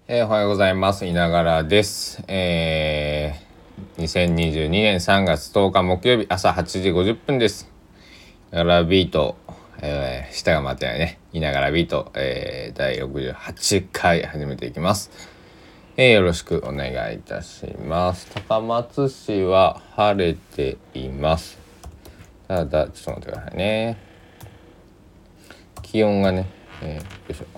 おはようございます。いながらです。2022年3月10日木曜日朝8時50分です。いながらビート、下が待てないね。いながらビート、第68回始めていきます。よろしくお願いいたします。高松市は晴れています。ただ、ちょっと待ってくださいね。気温がね、よいしょ。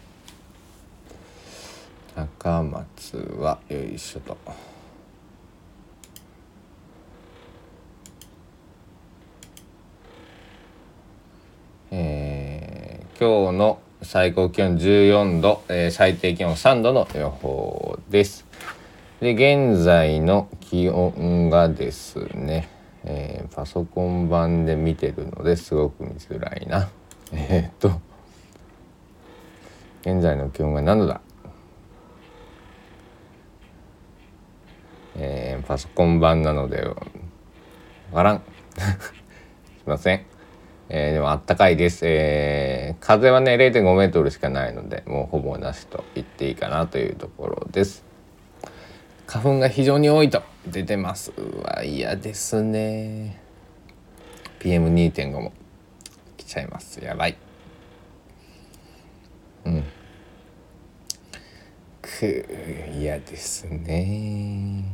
高松はよいしょと。今日の最高気温14度、最低気温3度の予報です。で、現在の気温がですね、パソコン版で見てるのですごく見づらいな。現在の気温が何度だ。パソコン版なのでわからんすいません。でもあったかいです。風はね 0.5 メートルしかないのでもうほぼなしと言っていいかなというところです。花粉が非常に多いと出てます。うわ嫌ですね。 PM2.5 も来ちゃいます。やばい。嫌ですね。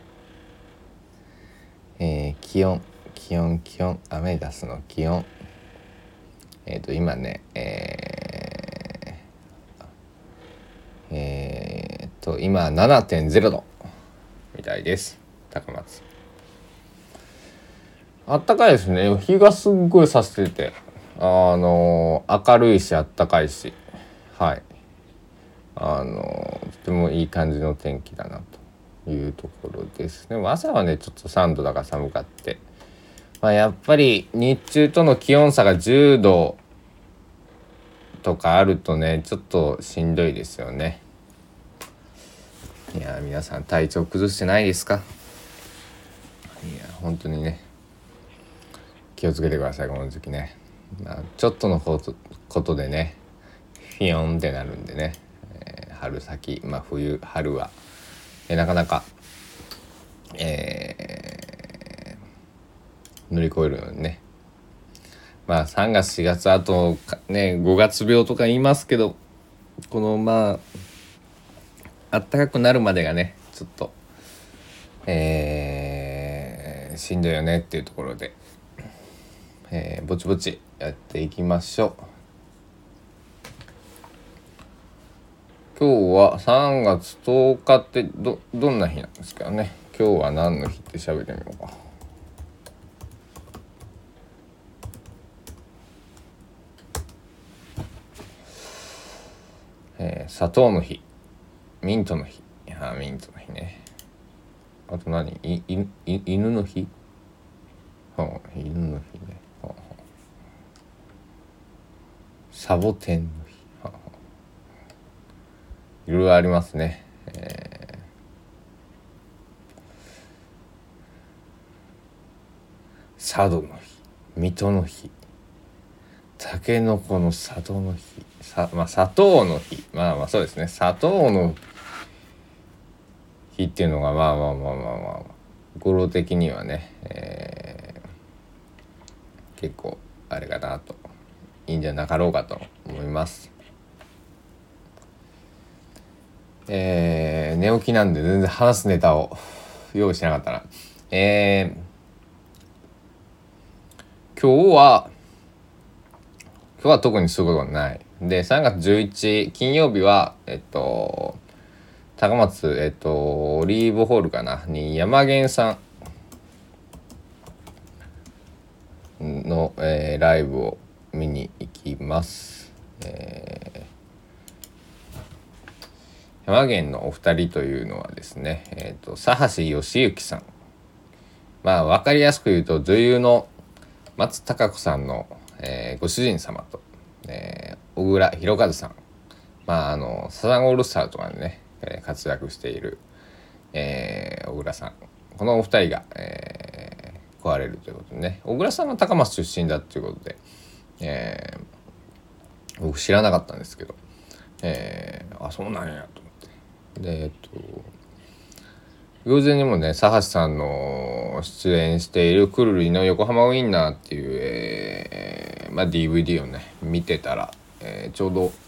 気温アメダスの気温今ね今 7.0 度みたいです。高松あったかいですね。日がすっごい差してて明るいしあったかいし、はいとてもいい感じの天気だなというところです。でも朝はねちょっと3度だから寒かって、やっぱり日中との気温差が10度とかあるとねちょっとしんどいですよね。いや皆さん体調崩してないですか？いや本当にね気をつけてくださいこの時期ね。ちょっとのことでねフィヨンってなるんでね、春先冬春は、なかなか、乗り越えるのにね3月4月あとね5月病とか言いますけどこの暖かくなるまでがねちょっとしんどいよねっていうところで、ぼちぼちやっていきましょう。今日は3月10日ってどんな日なんですかね。今日は何の日って喋ってみようか。砂糖の日、ミントの日。ミントの日ね。あと何？犬の日？犬の日ね。サボテンの日。いろいろありますね。佐渡の日、水戸の日、タケノコの里の日、砂糖の日、そうですね。砂糖の日っていうのが語呂的にはね、結構あれかなといいんじゃなかろうかと思います。寝起きなんで全然話すネタを用意しなかったな。今日は特にすごいことないで3月11金曜日は高松オリーブホールかなに山源さんの、ライブを見に行きます。山源のお二人というのはですね、佐橋義行さん、分かりやすく言うと女優の松たか子さんの、ご主人様と、小倉弘和さん、サザンオールスターとかでね、活躍している、小倉さん、このお二人が、来られるということでね。小倉さんが高松出身だということで、僕知らなかったんですけど、そうなんやと思って、 で偶然にもね佐橋さんの出演しているくるりの横浜ウインナーっていう、DVD をね見てたら、ちょうど、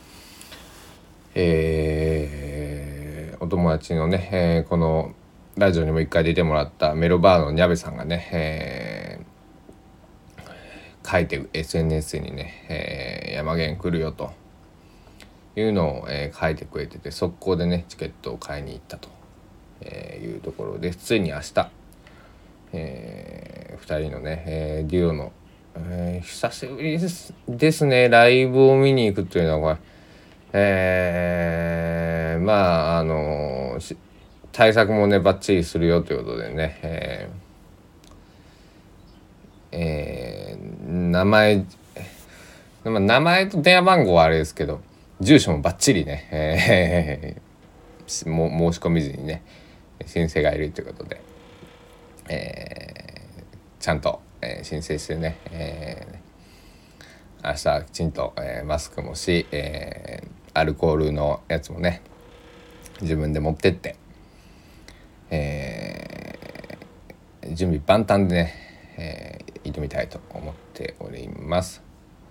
お友達のね、このラジオにも一回出てもらったメロバーのニャベさんがね、書いて SNS にね、山源来るよというのを、書いてくれてて、速攻でねチケットを買いに行ったと、いうところで、ついに明日、2人のね、デュオの、久しぶりですねライブを見に行くというのはこれ、対策もねバッチリするよということでね、名前と電話番号はあれですけど、住所もバッチリね、申し込み時にね申請がいるということで、ちゃんと、申請してね、明日きちんと、マスクもし、アルコールのやつもね自分で持ってって、準備万端でね、挑みたいと思っております。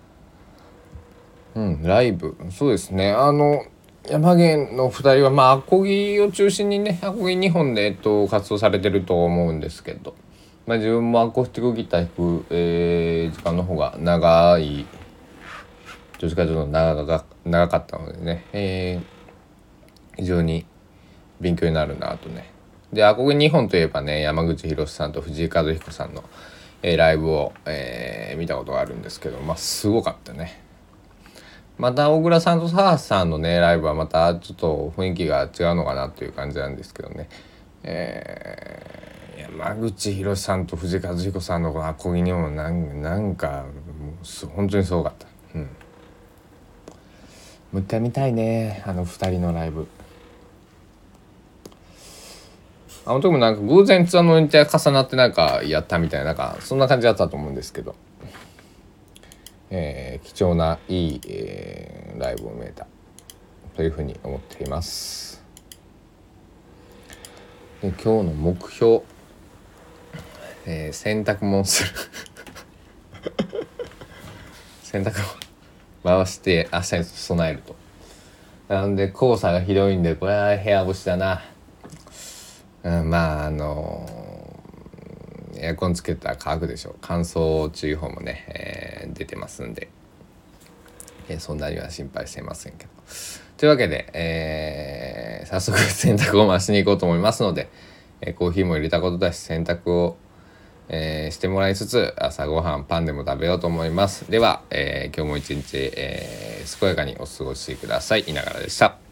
ライブそうですね、山源の2人はアコギを中心にねアコギ2本で、活動されてると思うんですけど、自分もアコースティックギター弾く、時間の方が長い、どっちかというと長かったのでね、非常に勉強になるなとね。でアコギ2本といえばね山口博さんと藤井和彦さんの、ライブを、見たことがあるんですけど、すごかったね。また大倉さんと佐橋さんのねライブはまたちょっと雰囲気が違うのかなという感じなんですけどね、山口博さんと藤井和彦さんのこのアコギにもなんかもう本当にすごかった。もう一回見たいねあの2人のライブ。あの時もなんか偶然ツアーの日程が重なってなんかやったみたいな、そんな感じだったと思うんですけど、貴重ないい、ライブを見れたというふうに思っています。で今日の目標、洗濯物する洗濯を回して明日に備えると。なので黄砂がひどいんでこれは部屋干しだな。エアコンつけたら乾くでしょう。乾燥注意報もね、出てますんで、そんなには心配していませんけど。というわけで、早速洗濯を回しに行こうと思いますので、コーヒーも入れたことだし洗濯を、してもらいつつ朝ごはんパンでも食べようと思います。では、今日も一日、健やかにお過ごしください。いながらでした。